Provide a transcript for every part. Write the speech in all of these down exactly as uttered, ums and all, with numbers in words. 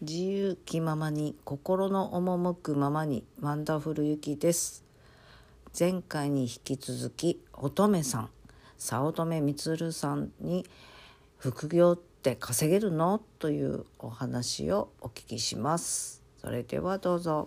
自由気ままに心の赴くままにワンダフルゆきです。前回に引き続き乙女さん早乙女みつるさんに副業って稼げるのというお話をお聞きします。それではどうぞ。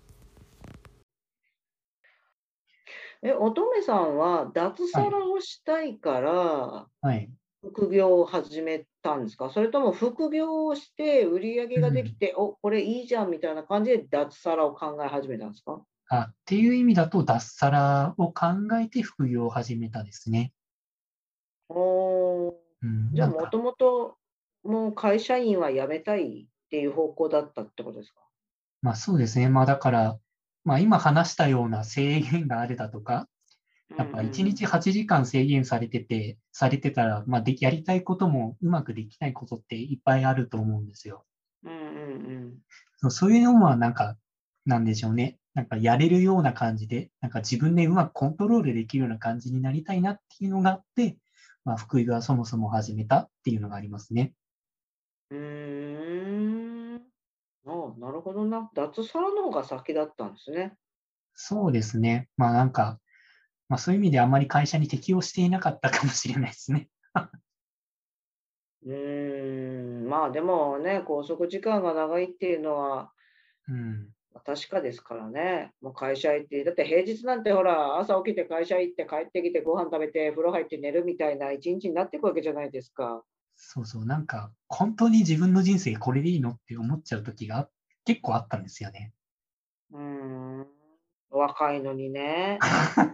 え、乙女さんは脱サはい。 ラをしたいからはい。 副業を始めたんですか？それとも副業をして売り上げができうん。 て、お、これいいじゃんみたいな感じで脱サラを考え始めたんですか？ あ、っていう意味だと、脱サラを考えて副業を始めたですね。 おー、 うん、 じゃあなんか、 もともともう会社員は辞めたいっていう方向だったってことですか？ まあそうですね。まあだから、まあ今話したような制限があるだとか、 うんやっぱ1 うん日はちじかん制限されてて、されてたら、まあでき、やりたいこともうまくできないことっていっぱいあると思うんですよ。 うんうんそう、そういうのはなんか、なんでしょうね。なんかやれるような感じで、なんか自分でうまくコントロールできるような感じになりたいなっていうのがあって、まあ副業はそもそも始めたっていうのがありますね。 うん。うーん。ああ、なるほどな。脱サラの方が先だったんですね。 そうですね。まあなんか、まあそういう意味であんまり会社に適応していなかったかもしれないですね。 うーん、まあでもね、拘束時間が長いっていうのは、 うん。 ま、確かですからね。もう会社行って、だって平日なんてほら、朝起きて会社行って帰ってきてご飯食べて風呂入って寝るみたいな一日になっていくわけじゃないですか。 そうそう。なんか、本当に自分の人生これでいいのって思っちゃう時が結構あったんですよね。 うーん、若いのにね。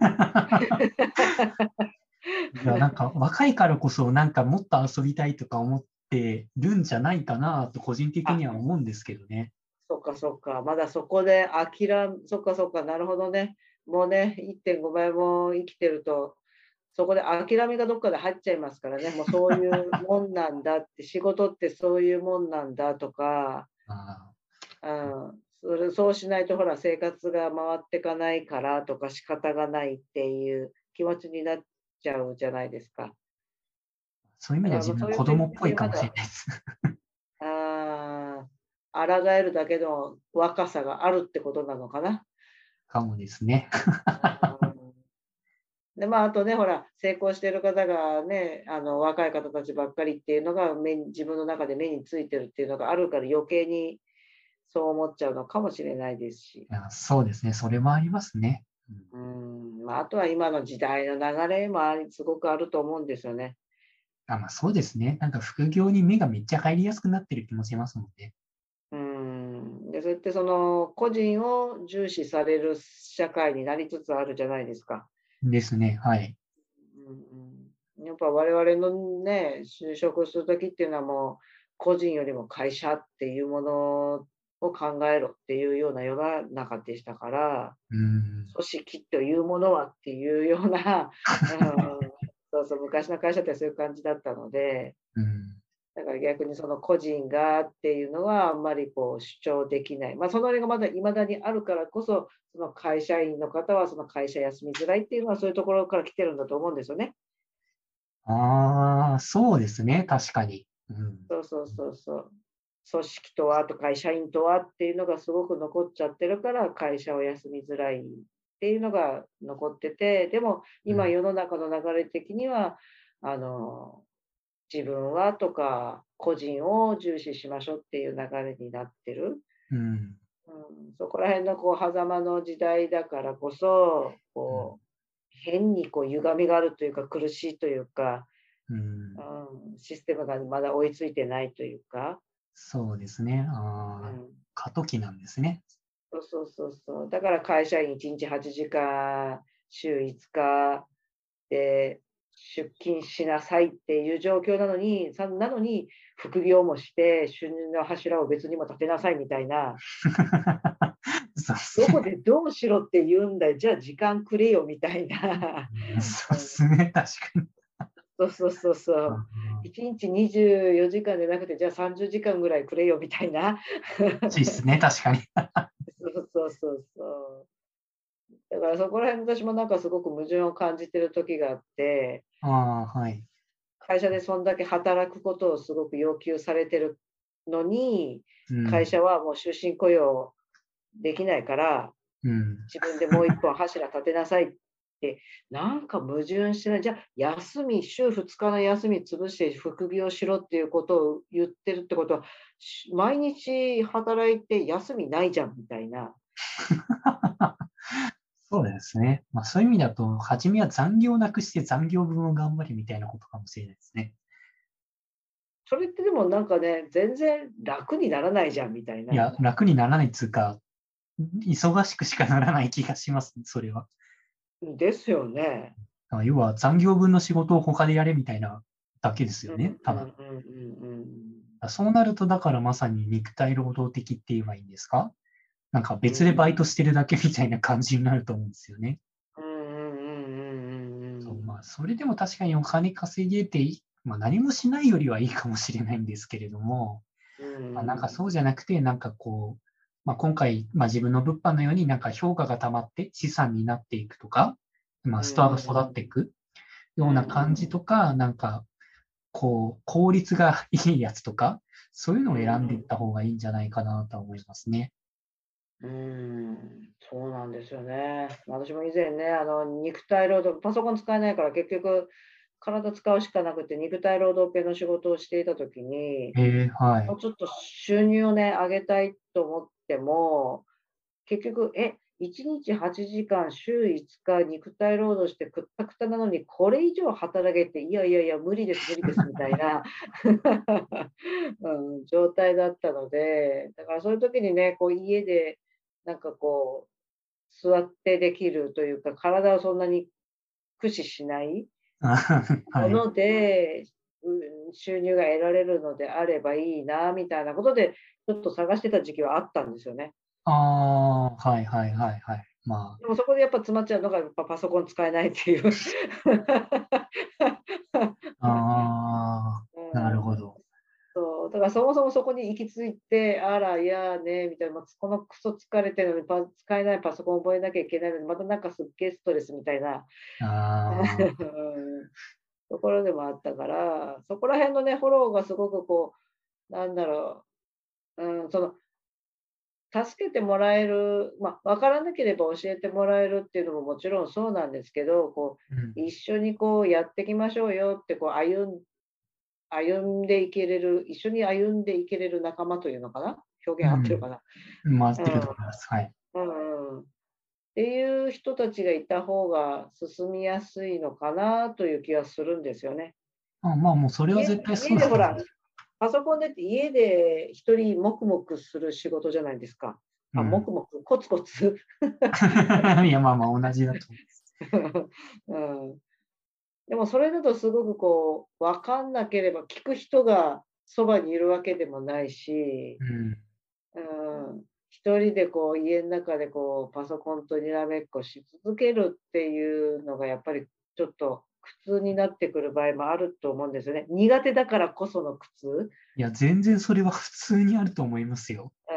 いや、なんか若いからこそなんかもっと遊びたいとか思ってるんじゃないかなと個人的あ、 には思うんですけどね。 そっかそっか、まだそこで諦めそっかそっか、なるほどね。もうね、いってんごばいも生きてると、そこで諦めがどっかで入っちゃいますからね。もうそういうもんなんだって、仕事ってそういうもんなんだとか、 あうん、それそうしないとほら生活が回ってかないからとか仕方がないっていう気持ちになっちゃうじゃないですか。 ーそういう意味では自だからもうそういう分子供っ面ぽいかもしれでまだ、 ないです。 ああ、抗えるだけの若さがあるってことなのかな。 かもですね。 で、まあ、あとね、ほら、成功してる方がね、あの、若い方たちばっかりっていうのが、目に自分の中で目についてるっていうのがあるから、余計にそう思っちゃうのかもしれないですし。 いや、そうですね。それもありますね。うん、 うん、まあ、あとは今の時代の流れもありすごくあると思うんですよね。 あ、まあそうですね。なんか副業に目がめっちゃ入りやすくなってる気もしますもんね。 うん。で、そうやってその、個人を重視される社会になりつつあるじゃないですか。 ですね。はい。 うんうん。やっぱ我々のね、就職する時っていうのはもう、個人よりも会社っていうものを考えろっていうような世の中でしたから、 うん。 組織というものはっていうような、うん、そうそう、昔の会社ってそういう感じだったので、 うん。 だから逆にその個人がっていうのはあんまりこう主張できない。まあ、その辺がまだ未だにあるからこそ、その会社員の方はその会社休みづらいっていうのはそういうところから来てるんだと思うんですよね。 ああ、そうですね。確かに。うん。 そうそうそうそう。組織とはと会社員とはっていうのがすごく残っちゃってるから、会社を休みづらいっていうのが残ってて、でもうん。 今世の中の流れ的には、あの、自分はとか、個人を重視しましょうっていう流れになってる。 うん。 うん、そこら辺のこう狭間の時代だからこそ、 うん。 こう、変にこう歪みがあるというか、苦しいというか、 うん。 うん、システムがまだ追いついてないというか、 そうですね。ああ、 うん、 過渡期なんですね。 そうそうそうそう。だから会社員いちにちはちじかん、週いつかで出勤しなさいっていう状況なのに、さなのに副業もして収入の柱を別にも立てなさいみたいな、 そうですどこね。 でどうしろって言うんだよ、じゃあ時間くれよみたいな。 うん、そうですね。確かに。 そうそうそうそう。 ああ、 いちにちにじゅうよじかんじゃなくて、じゃあさんじゅうじかんぐらいくれよみたいな。 欲しいですね。確かに。 そうそうそうそう。だからそこら辺私もなんかすごく矛盾を感じてる時があって、 ああ、はい。 会社でそんだけ働くことをすごく要求されてる。 のに、 うん会社はもう終身雇用できないから、 うん自分でもう一本柱立てなさいって、なんか矛盾してない。じゃあ、休み、週ふつかの休み潰して副業しろっていうことを言ってるってことは、し毎日働いて休みないじゃんみたいな。 そうですね。まあそういう意味だと、初めは残業なくして残業分を頑張れみたいなことかもしれないですね。 それってでもなんかね、全然楽にならないじゃんみたいな。 いや、楽にならないっつうか、忙しくしかならない気がしますね、それは。 ですよね。 あ要は残業分の仕事を他でやれみたいなだけですうんよね、ただ。 うんうんうんそうなると、だからまさに肉体労働的って言えばいいんですか？なんかうん。 別でバイトしてるだけみたいな感じになると思うんですよね。 うんうんうんうんうんうそう、 ん。 まあ、それでも確かにお金稼げていい、まあ何もしないよりはいいかもしれないんですけれども、 うんまあ、なんかそうじゃなくて、なんかこう、まあ、今回、まあ、自分の物販のようになんか評価が溜まって資産になっていくとか、まあ、 うんストアが育っていくような感じとか、なんか、こう、効率がいいやつとか、そういうのを選んでいった方がいいんじゃないかなとは思いますね。 うーん、そうなんですよね。私も以前ね、あの、肉体労働、パソコン使えないから結局、体使うしかなくて、肉体労働系の仕事をしていたときに、 えー、はい。 もうちょっと収入をね、上げたいと思っても、結局、え、いちにちはちじかん、週いつか肉体労働してくったくたなのに、これ以上働けって、いやいやいや、無理です、無理です、みたいな、うん、状態だったので、だからそういう時にね、こう家で、なんかこう、座ってできるというか、体をそんなに駆使しないはい。 もので、うん、収入が得られるのであればいいなみたいなことで、ちょっと探してた時期はあったんですよね。 ああ、はいはいはいはい。までもそこでやっぱ詰まっちゃうのが、やっぱパソコン使えないっていう。 あ、ああ、なるほうん、 ど。 そう、だからそもそもそこに行き着いて、あら、いやね、みたいな、このクソ疲れてるのにパ使えないパソコン覚えなきゃいけないのに、またなんかすっげえストレスみたいな、 あうんところでもあったから、そこら辺のね、フォローがすごくこう、なんだろう、うん、その、助けてもらえる、まあ、分からなければ教えてもらえるっていうのももちろんそうなんですけど、こあ、うん。 う、一緒にこうやっていきましょうよってこう歩ん歩んでいけれる、一緒に歩んでいけれる仲間というのかな、表現合ってるうん。 かな。 回ってると思います。はい。 うんうん。っていう人たちがいた方が進みやすいのかなという気はするんですよね。 あ、まあもうそれは家絶対そう家でほら、 だと思います。 パソコンでって家で一人黙々する仕事じゃないですか。あ、 うん。 黙々、コツコツ。 いや、まあまあ同じだと思うん。でもそれだとすごくこう、分かんなければ聞く人がそばにいるわけでもないし、 う。うん。 うん、一人でこう家の中でこうパソコンとにらめっこし続けるっていうのがやっぱりちょっと苦痛になってくる場合もあると思うんですよね。苦手だからこその苦痛。 いや、全然それは普通にあると思いますよ。 うん。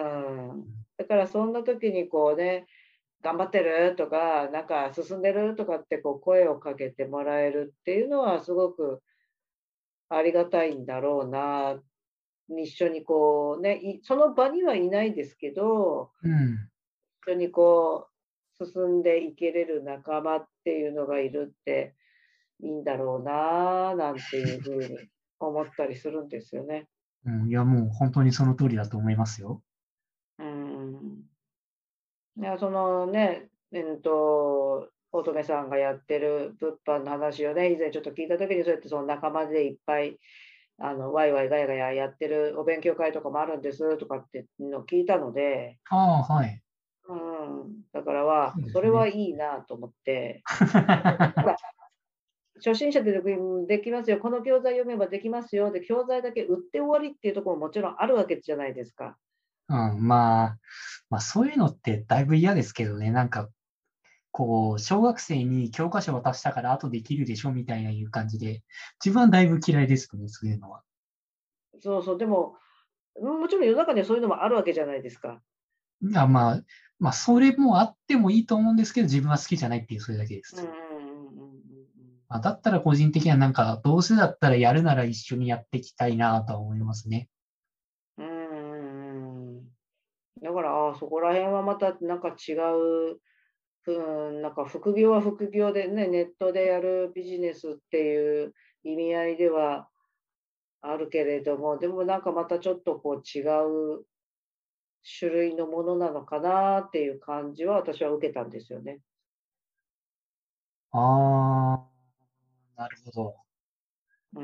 だからそんな時にこうね、頑張ってるとか、なんか進んでるとかってこう声をかけてもらえるっていうのはすごくありがたいんだろうな。一緒にこうね、いその場にはいないですけど、 うん。 一緒にこう進んでいけれる仲間っていうのがいるっていいんだろうな、なんていうふうに思ったりするんですよね。 うん、いや、もう本当にその通りだと思いますよ。 うん。いや、そのね、えっと、乙女さんがやってる物販の話をね、以前ちょっと聞いた時に、そうやってその仲間でいっぱい、あの、ワイワイガヤガヤやってるお勉強会とかもあるんですとかってのを聞いたので、 ああ、はい。 うん、だからは、 そうですね。 それはいいなと思って、ほら、初心者でできできますよ、この教材読めばできますよ、で、教材だけ売って終わりっていうところももちろんあるわけじゃないですか。 うん、まあ、まあそういうのってだいぶ嫌ですけどね。なんか、こう、小学生に教科書渡したから後できるでしょみたいないう感じで、自分はだいぶ嫌いですね、そういうのは。 そうそう、でも、もちろん世の中にはそういうのもあるわけじゃないですか。 いや、まあ、まあ、それもあってもいいと思うんですけど、自分は好きじゃないっていう、それだけです。 うんうんうんうんうんまあ、だったら個人的にはなんか、どうせだったらやるなら一緒にやっていきたいなとは思いますね。 うん。 だから、ああ、そこら辺はまたなんか違う、うん、なんか副業は副業でね、ネットでやるビジネスっていう意味合いではあるけれども、でもなんかまたちょっとこう違う種類のものなのかなっていう感じは私は受けたんですよね。 ああ、なるほど。 うん。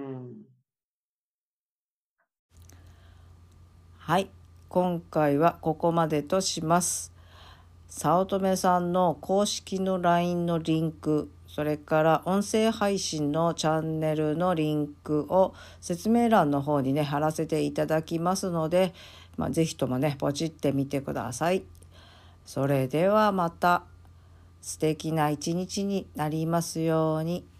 はい、今回はここまでとします。早乙女さんの公式の ライン のリンク、それから音声配信のチャンネルのリンクを説明欄の方にね貼らせていただきますので、まあ、ぜひともねポチってみてください。それではまた素敵な一日になりますように。